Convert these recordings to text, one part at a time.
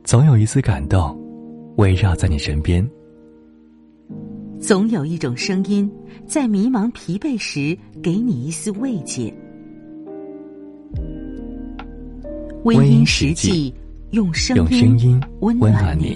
总有一丝感动围绕在你身边， 总有一种声音在迷茫疲惫时给你一丝慰藉。微音实际，用声音温暖你。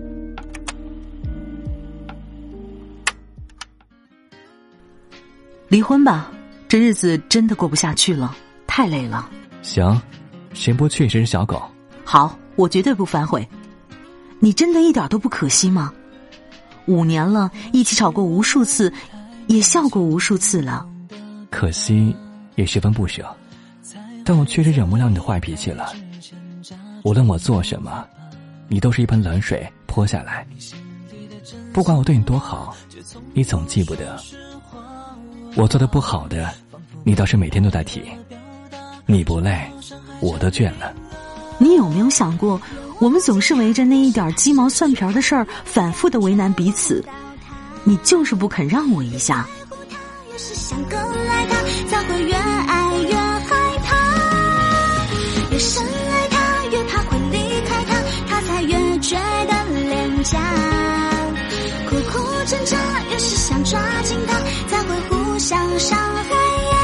离婚吧，这日子真的过不下去了，太累了。 行，谁不确实是小狗？ 好，我绝对不反悔。你真的一点都不可惜吗？5年了，一起吵过无数次，也笑过无数次了。 可惜也十分不舍，但我确实忍不了你的坏脾气了。无论我做什么，你都是一盆冷水泼下来。不管我对你多好，你总记不得。我做的不好的，你倒是每天都在提。你不累，我都倦了。 你有没有想过，我们总是围着那一点鸡毛蒜皮的事儿反复的为难彼此，你就是不肯让我一下。 越是想更爱他，才会越爱越害怕，越深爱他越怕会离开他，他才越觉得廉价，苦苦挣扎，越是想抓紧他，才会互相伤害呀。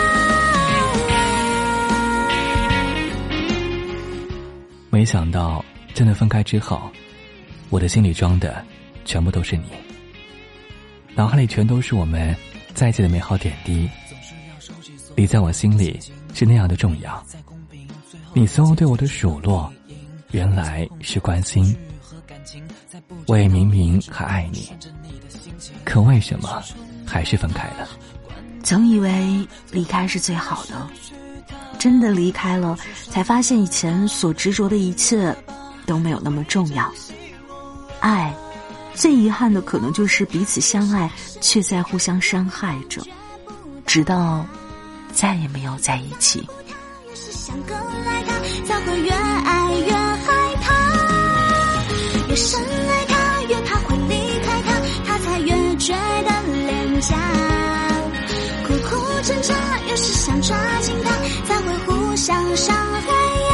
没想到真的分开之后，我的心里装的全部都是你，脑海里全都是我们在一起的美好点滴。你在我心里是那样的重要，你所有对我的数落原来是关心。我也明明还爱你，可为什么还是分开了？ 总以为离开是最好的，真的离开了，才发现以前所执着的一切都没有那么重要。爱最遗憾的可能就是彼此相爱，却在互相伤害着，直到再也没有在一起。 越是想更爱他，才会越爱越害怕，越深爱他越怕会离开他，他才越觉得廉价，苦苦挣扎，越是想抓紧他，才会互相伤害呀。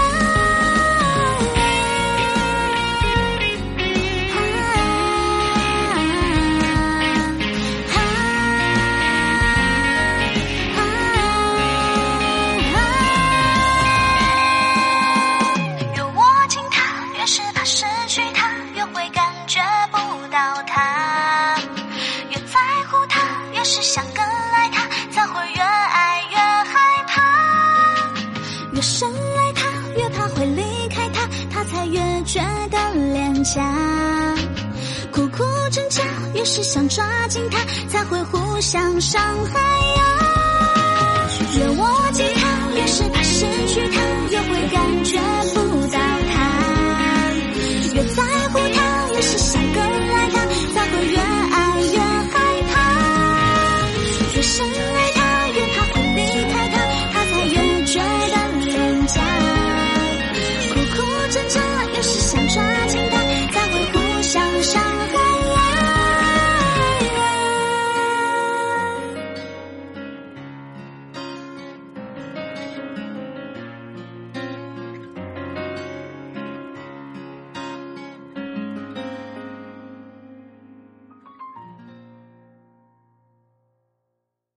越握紧他，越是怕失去他，越会感觉不到他，越在乎他，越是想更爱他，才会越爱越害怕，越深爱他越怕会离开他，他才越觉得廉价，苦苦挣扎，越是想抓紧他，才会互相伤害呀。越握